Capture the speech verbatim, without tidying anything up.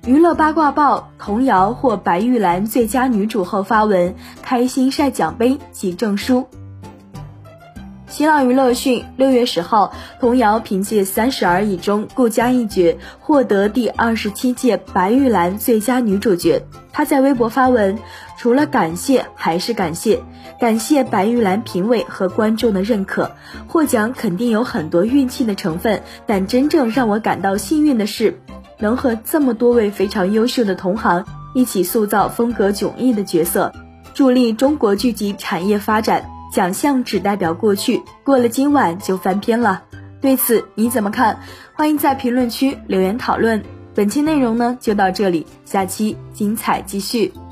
娱乐八卦报童谣获白玉兰最佳女主后发文，开心晒奖杯及证书。新浪娱乐讯，六月十号，童谣凭借《三十而已》中顾佳一角获得第二十七届白玉兰最佳女主角。她在微博发文，除了感谢还是感谢，感谢白玉兰评委和观众的认可。获奖肯定有很多运气的成分，但真正让我感到幸运的是，能和这么多位非常优秀的同行一起塑造风格迥异的角色，助力中国剧集产业发展。奖项只代表过去，过了今晚就翻篇了。对此你怎么看？欢迎在评论区留言讨论。本期内容呢就到这里，下期精彩继续。